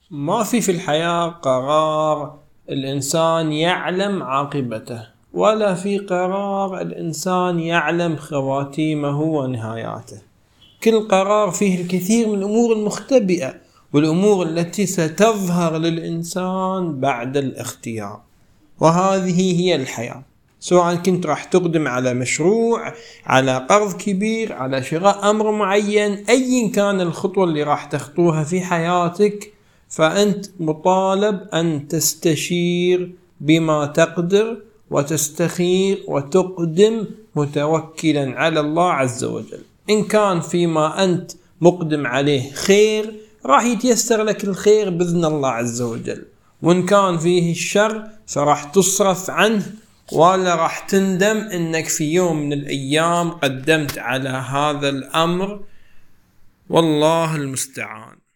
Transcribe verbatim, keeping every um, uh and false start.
ما في في الحياة قرار الإنسان يعلم عاقبته، ولا في قرار الإنسان يعلم خواتيمه ونهاياته. كل قرار فيه الكثير من الأمور المختبئة والأمور التي ستظهر للإنسان بعد الاختيار، وهذه هي الحياة. سواء كنت راح تقدم على مشروع، على قرض كبير، على شراء أمر معين، أي كان الخطوة اللي راح تخطوها في حياتك، فأنت مطالب أن تستشير بما تقدر وتستخير وتقدم متوكلا على الله عز وجل. إن كان فيما أنت مقدم عليه خير راح يتيسر لك الخير بإذن الله عز وجل، وإن كان فيه الشر فراح تصرف عنه، ولا راح تندم إنك في يوم من الأيام قدمت على هذا الأمر، والله المستعان.